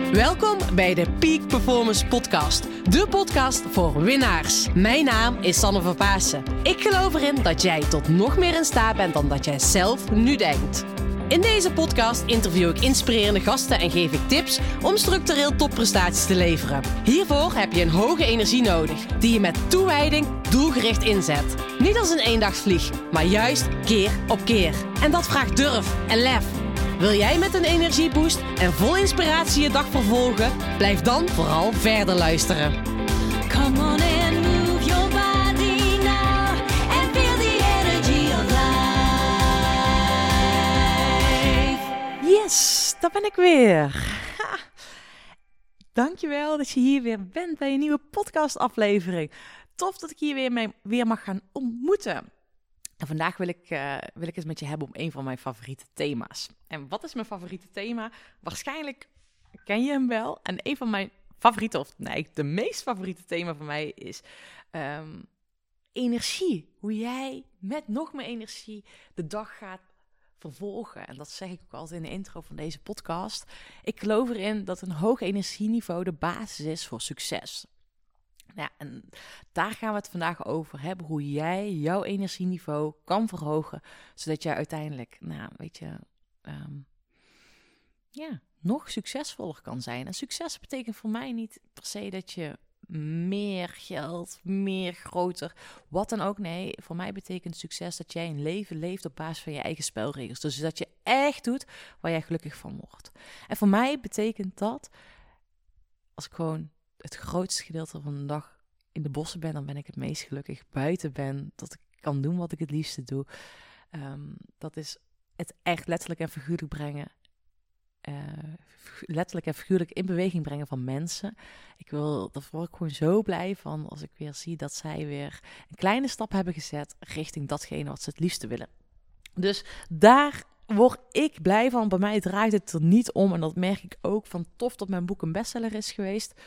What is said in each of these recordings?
Welkom bij de Peak Performance Podcast. De podcast voor winnaars. Mijn naam is Sanne van Paassen. Ik geloof erin dat jij tot nog meer in staat bent dan dat jij zelf nu denkt. In deze podcast interview ik inspirerende gasten en geef ik tips om structureel topprestaties te leveren. Hiervoor heb je een hoge energie nodig, die je met toewijding doelgericht inzet. Niet als een eendagsvlieg, maar juist keer op keer. En dat vraagt durf en lef. Wil jij met een energieboost en vol inspiratie je dag vervolgen? Blijf dan vooral verder luisteren. Come on and move your body now and feel the energy of life. Yes, daar ben ik weer. Ha. Dankjewel dat je hier weer bent bij een nieuwe podcastaflevering. Tof dat ik hier weer mag gaan ontmoeten. En vandaag wil ik het met je hebben om een van mijn favoriete thema's. En wat is mijn favoriete thema? Waarschijnlijk ken je hem wel. En een van mijn favoriete, of nee, de meest favoriete thema van mij is energie. Hoe jij met nog meer energie de dag gaat vervolgen. En dat zeg ik ook altijd in de intro van deze podcast. Ik geloof erin dat een hoog energieniveau de basis is voor succes. Ja, en daar gaan we het vandaag over hebben. Hoe jij jouw energieniveau kan verhogen. Zodat jij uiteindelijk, nog succesvoller kan zijn. En succes betekent voor mij niet per se dat je meer geld, meer groter, wat dan ook. Nee, voor mij betekent succes dat jij een leven leeft op basis van je eigen spelregels. Dus dat je echt doet waar jij gelukkig van wordt. En voor mij betekent dat, als ik gewoon het grootste gedeelte van de dag in de bossen ben, dan ben ik het meest gelukkig. Buiten ben, dat ik kan doen wat ik het liefste doe. Dat is het echt letterlijk en figuurlijk brengen. Letterlijk en figuurlijk in beweging brengen van mensen. Daar word ik gewoon zo blij van als ik weer zie dat zij weer een kleine stap hebben gezet richting datgene wat ze het liefste willen. Dus daar word ik blij van. Bij mij draait het er niet om. En dat merk ik ook van tof dat mijn boek een bestseller is geweest.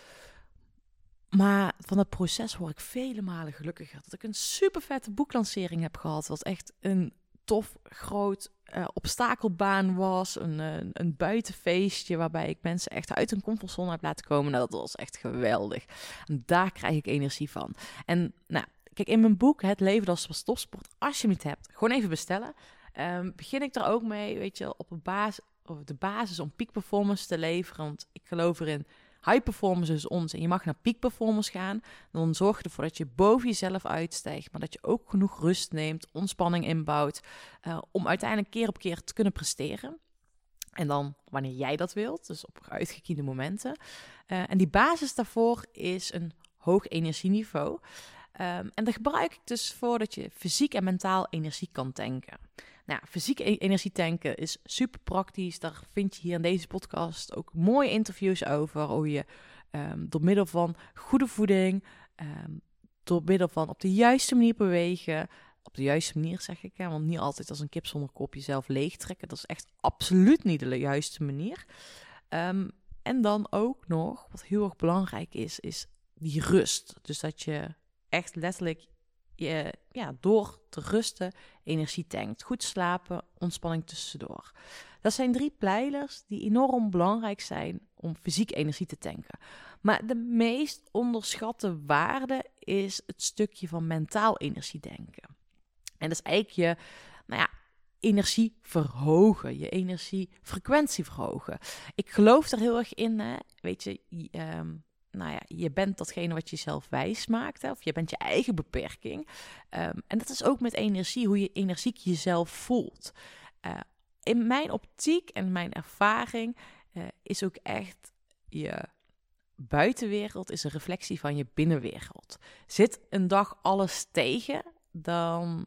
Maar van het proces word ik vele malen gelukkiger. Dat ik een super vette boeklancering heb gehad. Wat echt een tof, groot obstakelbaan was. Een buitenfeestje waarbij ik mensen echt uit hun comfortzone heb laten komen. Nou, dat was echt geweldig. En daar krijg ik energie van. En nou, kijk, in mijn boek Het leven als topsport. Als je hem niet hebt, gewoon even bestellen. Begin ik er ook mee, weet je, op de basis om peak performance te leveren. Want ik geloof erin, high performance is ons. En je mag naar peak performance gaan. Dan zorg je ervoor dat je boven jezelf uitstijgt. Maar dat je ook genoeg rust neemt, ontspanning inbouwt. Om uiteindelijk keer op keer te kunnen presteren. En dan wanneer jij dat wilt. Dus op uitgekiende momenten. En die basis daarvoor is een hoog energieniveau. En daar gebruik ik dus voor dat je fysiek en mentaal energie kan tanken. Nou, fysiek energie tanken is super praktisch. Daar vind je hier in deze podcast ook mooie interviews over. Hoe je door middel van goede voeding, door middel van op de juiste manier bewegen. Op de juiste manier zeg ik, want niet altijd als een kip zonder kop jezelf leegtrekken. Dat is echt absoluut niet de juiste manier. En dan ook nog, wat heel erg belangrijk is die rust. Dus dat je echt letterlijk door te rusten energie tankt. Goed slapen, ontspanning tussendoor. Dat zijn 3 pijlers die enorm belangrijk zijn om fysiek energie te tanken. Maar de meest onderschatte waarde is het stukje van mentaal energie tanken. En dat is eigenlijk je energie verhogen, je energiefrequentie verhogen. Ik geloof er heel erg in, hè? Weet je, je bent datgene wat je zelf wijs maakt. Hè? Of je bent je eigen beperking. En dat is ook met energie, hoe je energiek jezelf voelt. In mijn optiek en mijn ervaring is ook echt je buitenwereld is een reflectie van je binnenwereld. Zit een dag alles tegen, dan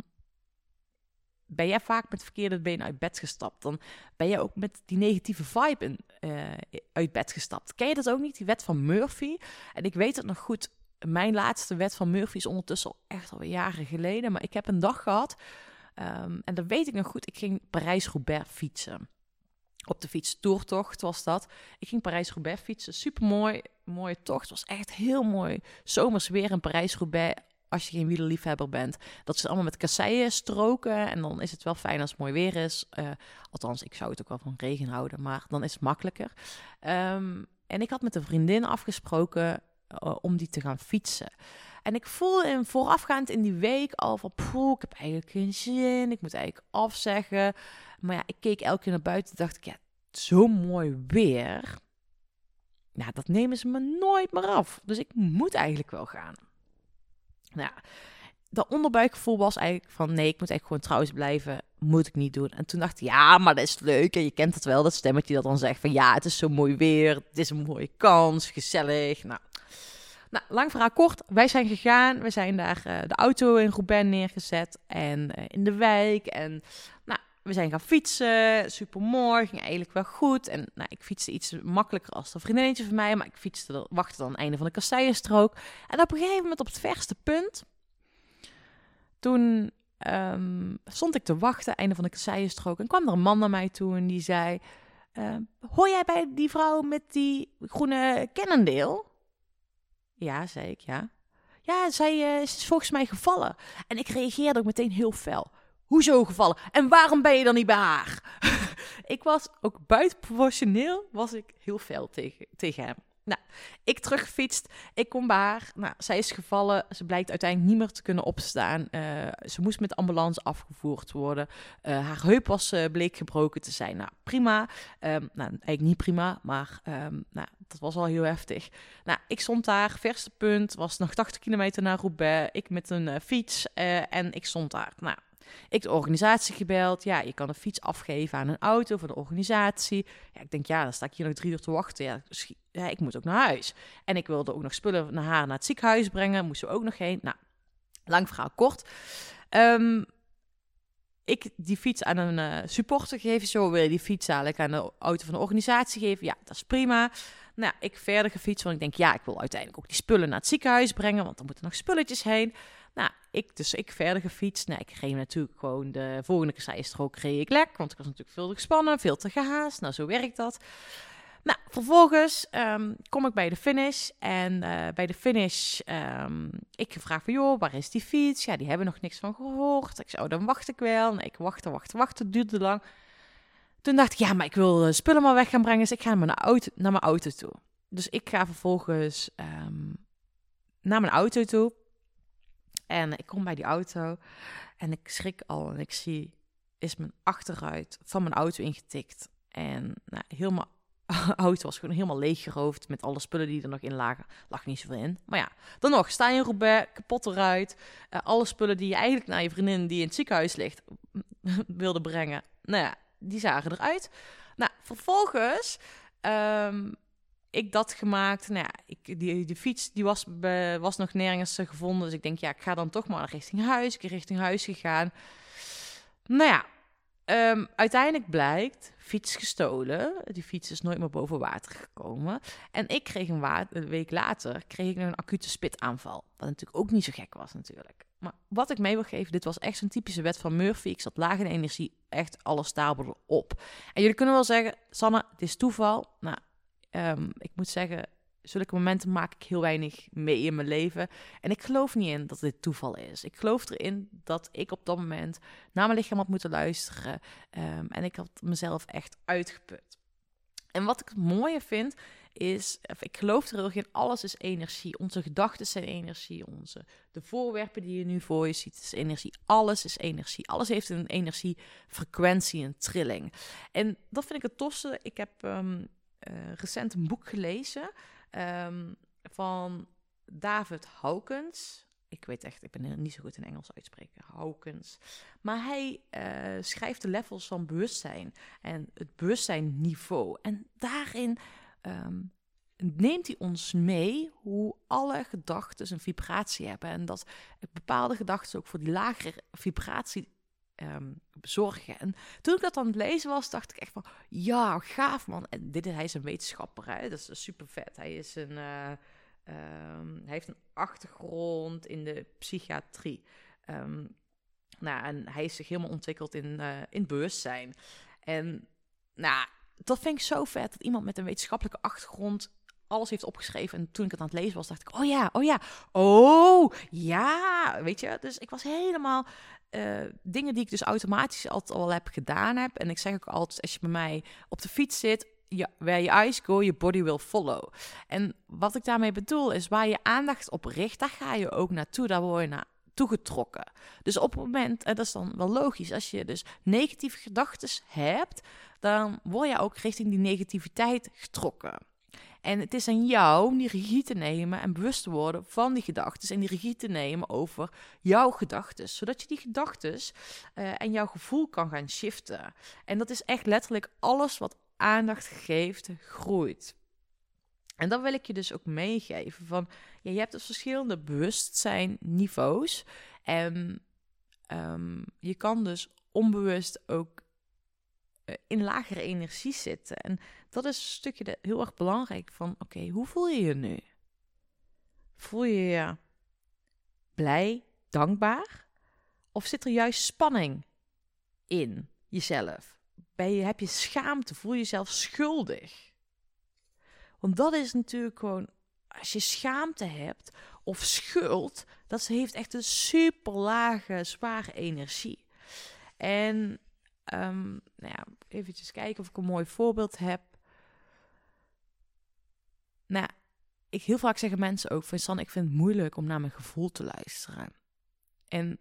ben jij vaak met het verkeerde been uit bed gestapt. Dan ben je ook met die negatieve vibe uit bed gestapt. Ken je dat ook niet, die wet van Murphy? En ik weet het nog goed, mijn laatste wet van Murphy is ondertussen al jaren geleden. Maar ik heb een dag gehad, en dat weet ik nog goed, ik ging Parijs-Roubaix fietsen. Op de fietstoertocht was dat. Ik ging Parijs-Roubaix fietsen, supermooi, mooie tocht. Het was echt heel mooi zomers weer in Parijs-Roubaix. als je geen wielerliefhebber bent. Dat ze allemaal met kasseien stroken. En dan is het wel fijn als het mooi weer is. Althans, ik zou het ook wel van regen houden. Maar dan is het makkelijker. En ik had met een vriendin afgesproken om die te gaan fietsen. En ik voelde voorafgaand in die week al van... ik heb eigenlijk geen zin. Ik moet eigenlijk afzeggen. Maar ja, ik keek elke keer naar buiten en dacht ik... ja, zo mooi weer. Nou, dat nemen ze me nooit meer af. Dus ik moet eigenlijk wel gaan. Nou, dat onderbuikgevoel was eigenlijk van... nee, ik moet eigenlijk gewoon trouwens blijven. Moet ik niet doen. En toen dacht ik, ja, maar dat is leuk. En je kent het wel, dat stemmetje dat dan zegt van... ja, het is zo mooi weer. Het is een mooie kans. Gezellig. Nou, lang verhaal kort. Wij zijn gegaan. We zijn daar de auto in Roubaix neergezet. En in de wijk. En nou, we zijn gaan fietsen. Supermooi. Ging eigenlijk wel goed. En nou, ik fietste iets makkelijker als een vriendinnetje van mij. Maar ik wachtte dan aan het einde van de kasseienstrook. En op een gegeven moment op het verste punt... toen stond ik te wachten, einde van de kasseienstrook. En kwam er een man naar mij toe en die zei... hoor jij bij die vrouw met die groene Cannondale? Ja, zei ik, ja. Ja, zij is volgens mij gevallen. En ik reageerde ook meteen heel fel. Hoezo gevallen? En waarom ben je dan niet bij haar? Ik was ook buitenproportioneel, was ik heel fel tegen hem. Nou, ik teruggefietst, ik kom bij haar. Nou, zij is gevallen, ze blijkt uiteindelijk niet meer te kunnen opstaan. Ze moest met de ambulance afgevoerd worden. Haar heup bleek gebroken te zijn. Nou, prima. Nou, eigenlijk niet prima, maar nou, dat was al heel heftig. Nou, ik stond daar, verste punt, was nog 80 kilometer naar Roubaix. Ik met een fiets en ik stond daar. Nou, ik de organisatie gebeld. Ja, je kan een fiets afgeven aan een auto voor de organisatie. Ja, ik denk, ja, dan sta ik hier nog 3 uur te wachten. Ja, ik moet ook naar huis. En ik wilde ook nog spullen naar haar naar het ziekenhuis brengen. Moesten we ook nog heen. Nou, lang verhaal kort. Ik die fiets aan een supporter geven. Zo wil je die fiets eigenlijk aan de auto van de organisatie geven. Ja, dat is prima. Nou, ik verder gefietst, want ik denk, ja, ik wil uiteindelijk ook die spullen naar het ziekenhuis brengen, want er moeten nog spulletjes heen. Nou, ik verder gefietst. Nou, ik reed natuurlijk gewoon de volgende kasseienstrook reed ik lek, want ik was natuurlijk veel te gespannen, veel te gehaast. Nou, zo werkt dat. Nou, vervolgens kom ik bij de finish. En bij de finish, ik gevraagd van, joh, waar is die fiets? Ja, die hebben nog niks van gehoord. Ik zei, oh, dan wacht ik wel. Nee, ik wachten. Het duurde lang. Toen dacht ik, ja, maar ik wil spullen maar weg gaan brengen. Dus ik ga naar mijn auto toe. Dus ik ga vervolgens naar mijn auto toe. En ik kom bij die auto. En ik schrik al. En ik zie, is mijn achteruit van mijn auto ingetikt. En nou, helemaal auto was gewoon helemaal leeggeroofd met alle spullen die er nog in lagen. Lag niet zoveel in. Maar ja, dan nog, sta je in Roubaix, kapot eruit. Alle spullen die je eigenlijk naar je vriendin die in het ziekenhuis ligt wilde brengen. Nou ja, die zagen eruit. Nou, vervolgens, ik dat gemaakt. Nou ja, die fiets die was nog nergens gevonden. Dus ik denk, ja, ik ga dan toch maar richting huis. Ik ben richting huis gegaan. Nou ja, uiteindelijk blijkt, fiets gestolen. Die fiets is nooit meer boven water gekomen. En ik kreeg een week later nog een acute spitaanval. Wat natuurlijk ook niet zo gek was natuurlijk. Maar wat ik mee wil geven, dit was echt zo'n typische wet van Murphy. Ik zat laag in energie, echt alles stapelde op. En jullie kunnen wel zeggen, Sanne, het is toeval. Nou, ik moet zeggen, zulke momenten maak ik heel weinig mee in mijn leven. En ik geloof niet in dat dit toeval is. Ik geloof erin dat ik op dat moment naar mijn lichaam had moeten luisteren. En ik had mezelf echt uitgeput. En wat ik het mooie vind, is, ik geloof er heel erg in, alles is energie. Onze gedachten zijn energie. De voorwerpen die je nu voor je ziet, is energie. Alles is energie. Alles heeft een energiefrequentie, een trilling. En dat vind ik het tofste. Ik heb recent een boek gelezen van David Hawkins. Ik ben niet zo goed in Engels uitspreken. Hawkins. Maar hij schrijft de levels van bewustzijn en het bewustzijnniveau. En daarin neemt hij ons mee hoe alle gedachten een vibratie hebben. En dat bepaalde gedachten ook voor die lagere vibratie bezorgen. En toen ik dat aan het lezen was, dacht ik echt van, ja, gaaf man. En hij is een wetenschapper, hè? Dat is super vet. Hij heeft een achtergrond in de psychiatrie. Nou, en hij is zich helemaal ontwikkeld in bewustzijn. En nou, dat vind ik zo vet, dat iemand met een wetenschappelijke achtergrond alles heeft opgeschreven. En toen ik het aan het lezen was, dacht ik, weet je. Dus ik was helemaal dingen die ik dus automatisch altijd al heb gedaan heb. En ik zeg ook altijd, als je bij mij op de fiets zit, where your eyes go, your body will follow. En wat ik daarmee bedoel is, waar je aandacht op richt, daar ga je ook naartoe, daar word je naartoe getrokken. Dus op het moment, en dat is dan wel logisch, als je dus negatieve gedachten hebt, dan word je ook richting die negativiteit getrokken. En het is aan jou om die regie te nemen en bewust te worden van die gedachten en die regie te nemen over jouw gedachten, zodat je die gedachten en jouw gevoel kan gaan shiften. En dat is echt letterlijk alles wat aandacht geeft, groeit. En dan wil ik je dus ook meegeven van, je hebt dus verschillende bewustzijnniveaus en je kan dus onbewust ook in lagere energie zitten. En dat is een stukje heel erg belangrijk van, oké, hoe voel je je nu? Voel je je blij, dankbaar? Of zit er juist spanning in jezelf? Heb je schaamte? Voel je jezelf schuldig? Want dat is natuurlijk gewoon, als je schaamte hebt of schuld, dat heeft echt een super lage, zware energie. En eventjes kijken of ik een mooi voorbeeld heb. Nou, heel vaak zeggen mensen ook van, Sanne, ik vind het moeilijk om naar mijn gevoel te luisteren. En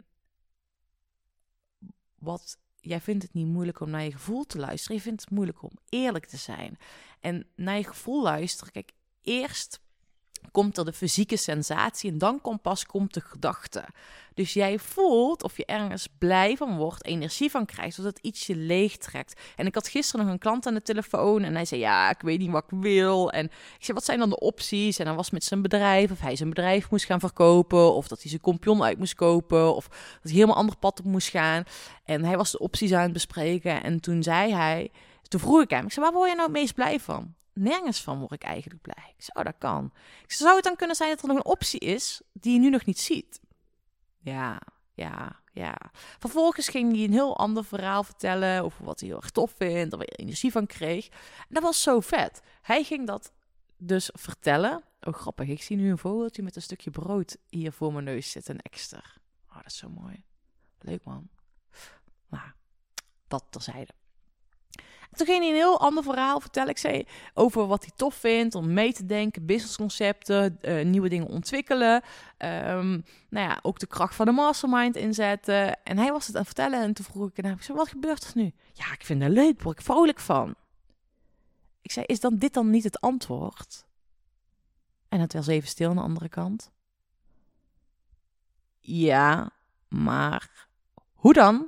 jij vindt het niet moeilijk om naar je gevoel te luisteren. Je vindt het moeilijk om eerlijk te zijn. En naar je gevoel luisteren, kijk, eerst komt er de fysieke sensatie en dan komt de gedachte. Dus jij voelt of je ergens blij van wordt, energie van krijgt, zodat iets je leeg trekt. En ik had gisteren nog een klant aan de telefoon en hij zei, ja, ik weet niet wat ik wil. En ik zei, wat zijn dan de opties? En hij was met zijn bedrijf, of hij zijn bedrijf moest gaan verkopen, of dat hij zijn compagnon uit moest kopen, of dat hij helemaal ander pad op moest gaan. En hij was de opties aan het bespreken en toen vroeg ik hem, ik zei, waar word je nou het meest blij van? Nergens van word ik eigenlijk blij. Ik zei, dat kan. Ik zei, zou het dan kunnen zijn dat er nog een optie is die je nu nog niet ziet? Ja. Vervolgens ging hij een heel ander verhaal vertellen over wat hij heel erg tof vindt, of waar hij energie van kreeg. En dat was zo vet. Hij ging dat dus vertellen. Oh, grappig. Ik zie nu een vogeltje met een stukje brood hier voor mijn neus zitten, een extra. Oh, dat is zo mooi. Leuk, man. Maar dat terzijde. Toen ging hij een heel ander verhaal vertellen. Ik zei over wat hij tof vindt, om mee te denken, businessconcepten, nieuwe dingen ontwikkelen. Ook de kracht van de mastermind inzetten. En hij was het aan het vertellen en toen vroeg ik hem, wat gebeurt er nu? Ja, ik vind het leuk, word ik vrolijk van. Ik zei, is dit dan niet het antwoord? En het was even stil aan de andere kant. Ja, maar hoe dan?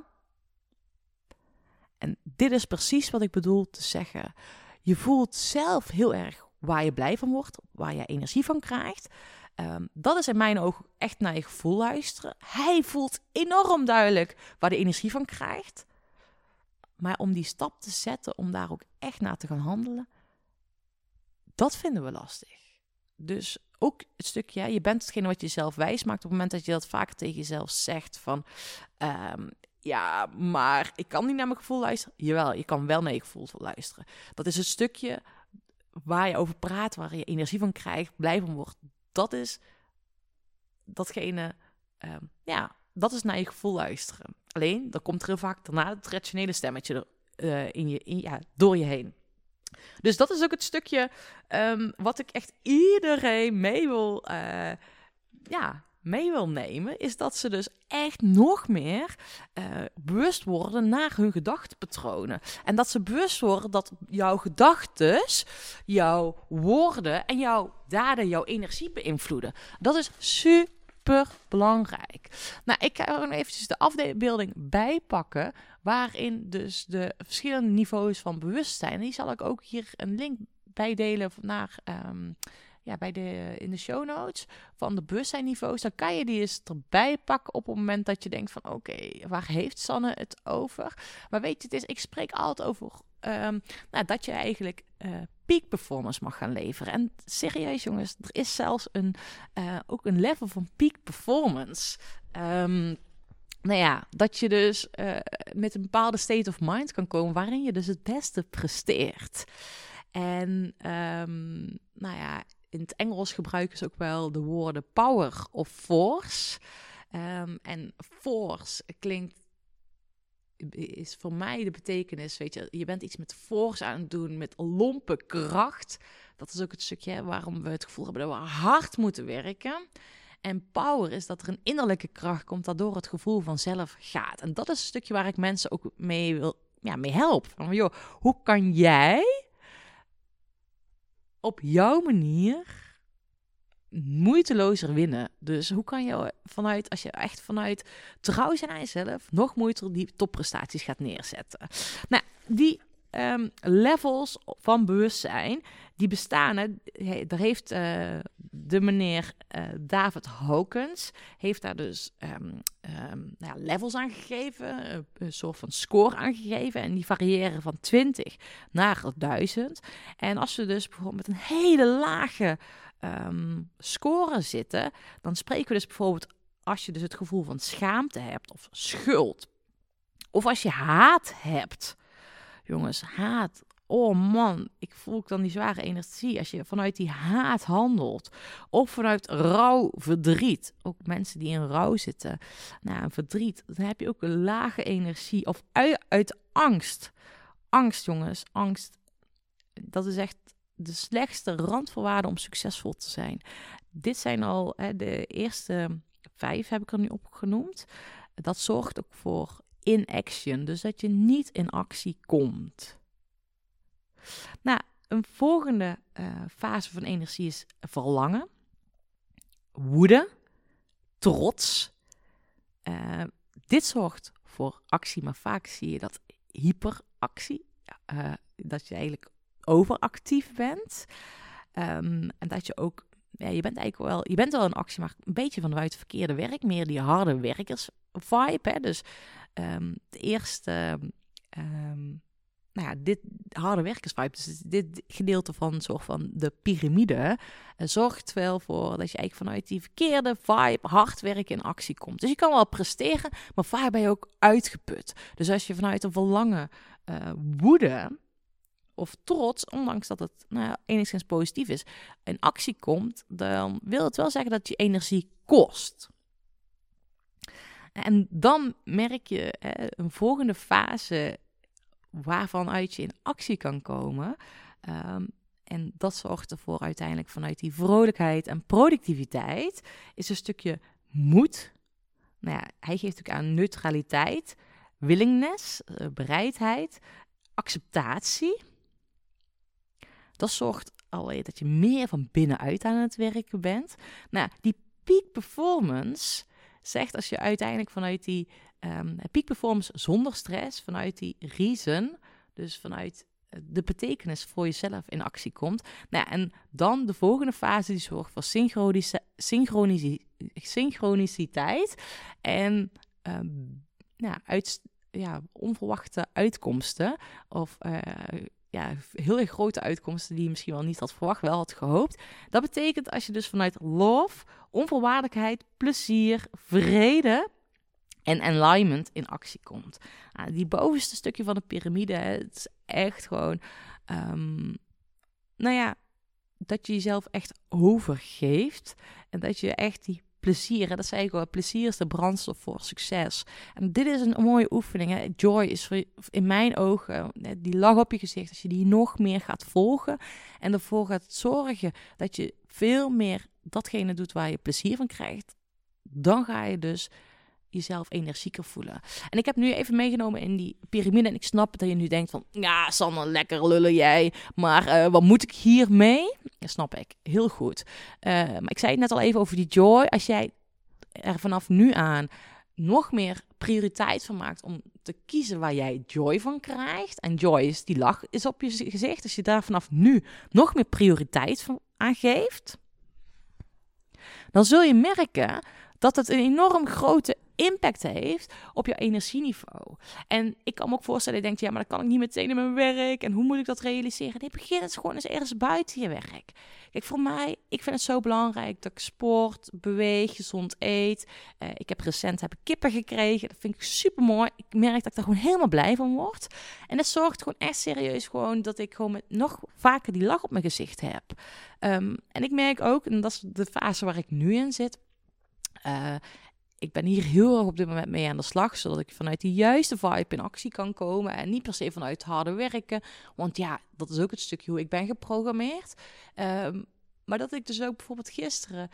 En dit is precies wat ik bedoel te zeggen. Je voelt zelf heel erg waar je blij van wordt, waar je energie van krijgt. Dat is in mijn ogen echt naar je gevoel luisteren. Hij voelt enorm duidelijk waar de energie van krijgt. Maar om die stap te zetten, om daar ook echt naar te gaan handelen, dat vinden we lastig. Dus ook het stukje, je bent hetgene wat je zelf wijs maakt. Op het moment dat je dat vaker tegen jezelf zegt van... ja, maar ik kan niet naar mijn gevoel luisteren. Jawel, je kan wel naar je gevoel luisteren. Dat is het stukje waar je over praat, waar je energie van krijgt, blij van wordt. Dat is datgene, dat is naar je gevoel luisteren. Alleen, dan komt er heel vaak daarna het rationele stemmetje door je heen. Dus dat is ook het stukje wat ik echt iedereen mee wil nemen, is dat ze dus echt nog meer bewust worden naar hun gedachtepatronen. En dat ze bewust worden dat jouw gedachtes, jouw woorden en jouw daden, jouw energie beïnvloeden. Dat is super belangrijk. Nou, ik ga er nog eventjes de afbeelding bij pakken, waarin dus de verschillende niveaus van bewustzijn, die zal ik ook hier een link bij delen naar... in de show notes van de bewustzijnniveaus, dan kan je die eens erbij pakken op het moment dat je denkt van oké, waar heeft Sanne het over? Maar weet je, ik spreek altijd over dat je eigenlijk peak performance mag gaan leveren. En serieus jongens, er is zelfs ook een level van peak performance. Dat je dus met een bepaalde state of mind kan komen waarin je dus het beste presteert. En in het Engels gebruiken ze ook wel de woorden power of force. En force is voor mij de betekenis, weet je bent iets met force aan het doen, met lompe kracht. Dat is ook het stukje waarom we het gevoel hebben dat we hard moeten werken. En power is dat er een innerlijke kracht komt, waardoor het gevoel vanzelf gaat. En dat is een stukje waar ik mensen ook mee help. Van, joh, hoe kan jij op jouw manier moeitelozer winnen? Dus hoe kan je als je echt vanuit trouw zijn aan jezelf, nog moeite die topprestaties gaat neerzetten? Nou, die levels van bewustzijn, die bestaan. Daar heeft de meneer David Hawkins heeft daar dus levels aan gegeven, een soort van score aan gegeven. En die variëren van 20 naar 1000. En als we dus bijvoorbeeld met een hele lage score zitten, dan spreken we dus bijvoorbeeld als je dus het gevoel van schaamte hebt of schuld. Of als je haat hebt. Jongens, haat. Oh man, ik voel dan die zware energie als je vanuit die haat handelt. Of vanuit rouw, verdriet. Ook mensen die in rouw zitten. Verdriet, dan heb je ook een lage energie. Of uit angst. Angst, jongens, angst. Dat is echt de slechtste randvoorwaarde om succesvol te zijn. Dit zijn al de eerste 5 heb ik er nu opgenoemd. Dat zorgt ook voor inaction, dus dat je niet in actie komt. Nou, een volgende fase van energie is verlangen, woede, trots. Dit zorgt voor actie, maar vaak zie je dat hyperactie, dat je eigenlijk overactief bent. En dat je ook, je bent wel in actie, maar een beetje vanuit het verkeerde werk, meer die harde werkers vibe. Hè? Dus de eerste, dit harde werkers vibe, dus dit gedeelte van een soort van de piramide, zorgt wel voor dat je eigenlijk vanuit die verkeerde vibe, hard werken in actie komt. Dus je kan wel presteren, maar vaak ben je ook uitgeput. Dus als je vanuit een verlangen, woede of trots, ondanks dat het enigszins positief is, in actie komt, dan wil het wel zeggen dat je energie kost. En dan merk je een volgende fase waarvan uit je in actie kan komen. En dat zorgt ervoor uiteindelijk vanuit die vrolijkheid en productiviteit is een stukje moed. Hij geeft ook aan neutraliteit, willingness, bereidheid, acceptatie. Dat zorgt alweer dat je meer van binnenuit aan het werken bent. Die peak performance zegt als je uiteindelijk vanuit die peak performance zonder stress, vanuit die reason, dus vanuit de betekenis voor jezelf in actie komt. En dan de volgende fase die zorgt voor synchroniciteit en onverwachte uitkomsten of heel erg grote uitkomsten die je misschien wel niet had verwacht, wel had gehoopt. Dat betekent als je dus vanuit love, onvoorwaardelijkheid, plezier, vrede en alignment in actie komt. Die bovenste stukje van de piramide, het is echt gewoon, dat je jezelf echt overgeeft en dat je echt die plezier, dat zei ik al, plezier is de brandstof voor succes. En dit is een mooie oefening. Hè. Joy is in mijn ogen die lach op je gezicht, als je die nog meer gaat volgen en ervoor gaat zorgen dat je veel meer datgene doet waar je plezier van krijgt, dan ga je dus jezelf energieker voelen. En ik heb nu even meegenomen in die piramide en ik snap dat je nu denkt van, ja, Sanne, lekker lullen jij, maar wat moet ik hiermee? Dat snap ik, heel goed. Maar ik zei het net al even over die joy. Als jij er vanaf nu aan nog meer prioriteit van maakt om te kiezen waar jij joy van krijgt, en joy is die lach is op je gezicht, als je daar vanaf nu nog meer prioriteit van aan geeft, dan zul je merken dat het een enorm grote impact heeft op jouw energieniveau. En ik kan me ook voorstellen, je denkt, ja, maar dat kan ik niet meteen in mijn werk. En hoe moet ik dat realiseren? Nee, begin het gewoon eens ergens buiten je werk. Kijk, voor mij, ik vind het zo belangrijk dat ik sport, beweeg, gezond eet. Ik heb recent kippen gekregen. Dat vind ik super mooi. Ik merk dat ik daar gewoon helemaal blij van word. En dat zorgt gewoon echt serieus gewoon dat ik gewoon nog vaker die lach op mijn gezicht heb. En ik merk ook, en dat is de fase waar ik nu in zit. Ik ben hier heel erg op dit moment mee aan de slag, zodat ik vanuit die juiste vibe in actie kan komen en niet per se vanuit harde werken. Want ja, dat is ook het stukje hoe ik ben geprogrammeerd. Maar dat ik dus ook bijvoorbeeld gisteren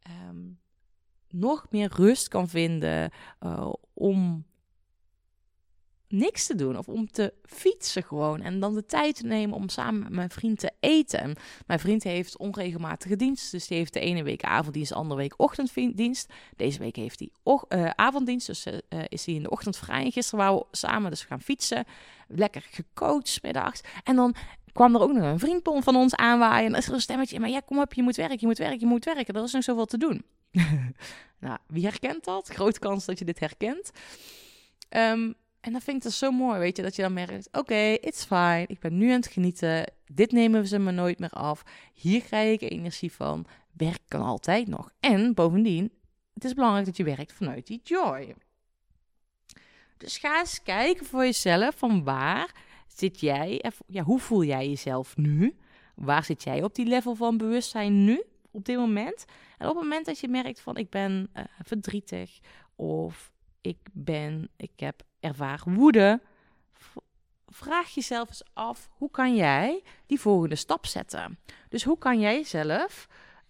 nog meer rust kan vinden om niks te doen of om te fietsen gewoon. En dan de tijd te nemen om samen met mijn vriend te eten. En mijn vriend heeft onregelmatige dienst. Dus die heeft de ene week avonddienst, de andere week ochtenddienst. Deze week heeft hij avonddienst. Dus is hij in de ochtend vrij. En gisteren waren we samen dus gaan fietsen. Lekker gekookt 's middags. En dan kwam er ook nog een vriend van ons aanwaaien. En dan is er een stemmetje. Maar ja, kom op, je moet werken. Er is nog zoveel te doen. Nou, wie herkent dat? Grote kans dat je dit herkent. En dan vind ik het zo mooi, weet je, dat je dan merkt, oké, it's fine, ik ben nu aan het genieten, dit nemen ze me nooit meer af, hier krijg ik energie van, werk kan altijd nog. En bovendien, het is belangrijk dat je werkt vanuit die joy. Dus ga eens kijken voor jezelf, van waar zit jij, hoe voel jij jezelf nu? Waar zit jij op die level van bewustzijn nu, op dit moment? En op het moment dat je merkt van, ik ben verdrietig, of ik heb ervaren woede. Vraag jezelf eens af, hoe kan jij die volgende stap zetten? Dus hoe kan jij zelf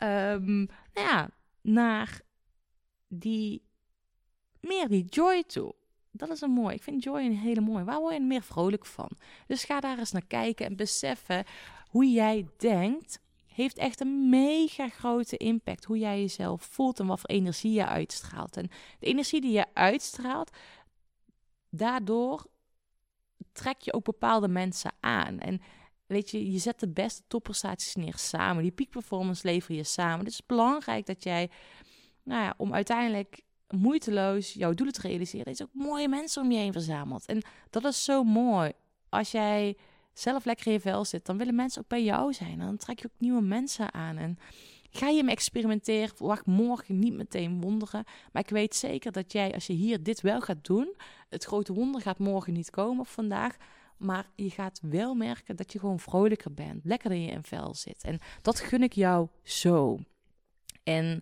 naar die joy toe? Dat is een mooi. Ik vind joy een hele mooie. Waar word je meer vrolijk van? Dus ga daar eens naar kijken en beseffen hoe jij denkt. Heeft echt een mega grote impact. Hoe jij jezelf voelt en wat voor energie je uitstraalt. En de energie die je uitstraalt, daardoor trek je ook bepaalde mensen aan. En weet je, je zet de beste topprestaties neer samen. Die peak performance lever je samen. Dus het is belangrijk dat jij, om uiteindelijk moeiteloos jouw doelen te realiseren, dat je ook mooie mensen om je heen verzamelt. En dat is zo mooi. Als jij zelf lekker in je vel zit, dan willen mensen ook bij jou zijn. En dan trek je ook nieuwe mensen aan. En ga je me experimenteren, verwacht morgen niet meteen wonderen. Maar ik weet zeker dat jij, als je hier dit wel gaat doen, het grote wonder gaat morgen niet komen of vandaag. Maar je gaat wel merken dat je gewoon vrolijker bent. Lekkerder in je vel zit. En dat gun ik jou zo. En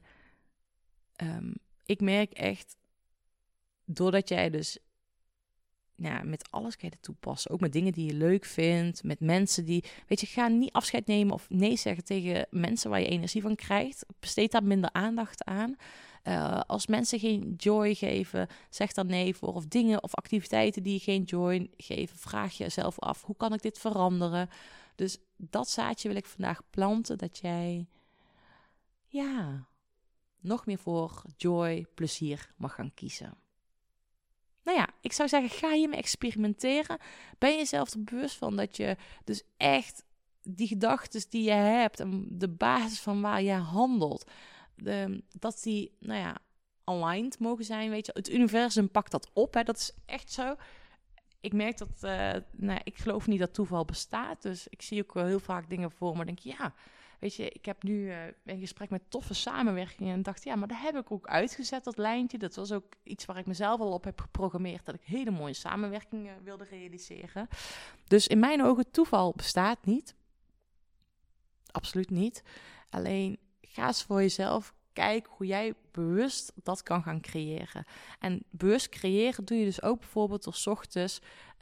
ik merk echt, doordat jij dus met alles kan je het toepassen. Ook met dingen die je leuk vindt. Met mensen die, weet je, ga niet afscheid nemen of nee zeggen tegen mensen waar je energie van krijgt. Besteed daar minder aandacht aan. Als mensen geen joy geven, zeg dan nee voor. Of dingen of activiteiten die je geen joy geven, vraag jezelf af, hoe kan ik dit veranderen? Dus dat zaadje wil ik vandaag planten, dat jij nog meer voor joy, plezier mag gaan kiezen. Nou ja, ik zou zeggen, ga hiermee experimenteren. Ben jezelf er bewust van dat je dus echt die gedachten die je hebt en de basis van waar je handelt, dat die, aligned mogen zijn, weet je. Het universum pakt dat op, hè. Dat is echt zo. Ik merk dat, ik geloof niet dat toeval bestaat, dus ik zie ook wel heel vaak dingen voor me, denk weet je, ik heb nu een gesprek met toffe samenwerkingen en dacht, maar dat heb ik ook uitgezet, dat lijntje. Dat was ook iets waar ik mezelf al op heb geprogrammeerd, dat ik hele mooie samenwerkingen wilde realiseren. Dus in mijn ogen, toeval bestaat niet. Absoluut niet. Alleen, ga eens voor jezelf kijken hoe jij bewust dat kan gaan creëren. En bewust creëren doe je dus ook bijvoorbeeld door 's ochtends,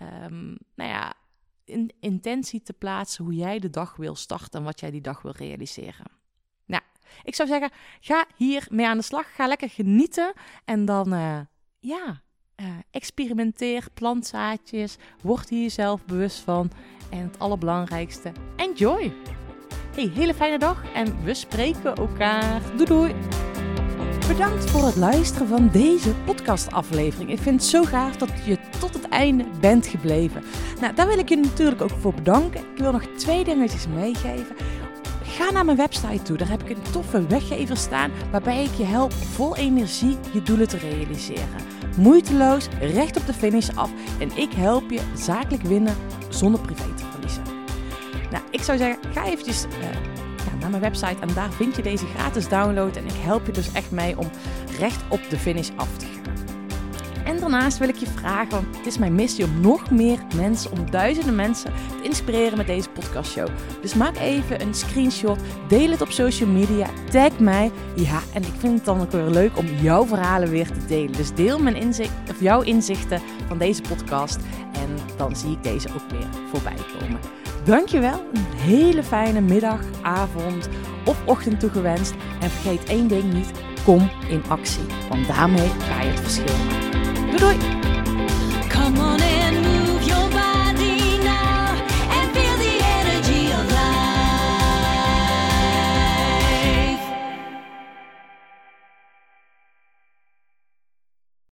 intentie te plaatsen hoe jij de dag wil starten en wat jij die dag wil realiseren. Nou, ik zou zeggen, ga hier mee aan de slag. Ga lekker genieten en dan, experimenteer, plant zaadjes, word hier jezelf bewust van en het allerbelangrijkste, enjoy! Hele fijne dag en we spreken elkaar. Doei doei! Bedankt voor het luisteren van deze podcastaflevering. Ik vind het zo gaaf dat je tot het einde bent gebleven. Nou, daar wil ik je natuurlijk ook voor bedanken. Ik wil nog 2 dingetjes meegeven. Ga naar mijn website toe. Daar heb ik een toffe weggever staan waarbij ik je help vol energie je doelen te realiseren. moeiteloos, recht op de finish af. En ik help je zakelijk winnen zonder privé te verliezen. Nou, ik zou zeggen, ga eventjes naar mijn website en daar vind je deze gratis download. En ik help je dus echt mee om recht op de finish af te gaan. En daarnaast wil ik je vragen, want het is mijn missie om nog meer mensen, om duizenden mensen te inspireren met deze podcastshow. Dus maak even een screenshot, deel het op social media, tag mij. Ja, en ik vind het dan ook weer leuk om jouw verhalen weer te delen. Dus deel jouw inzichten van deze podcast en dan zie ik deze ook weer voorbij komen. Dankjewel, een hele fijne middag, avond of ochtend toegewenst. En vergeet één ding niet, kom in actie, want daarmee ga je het verschil maken. Doei doei!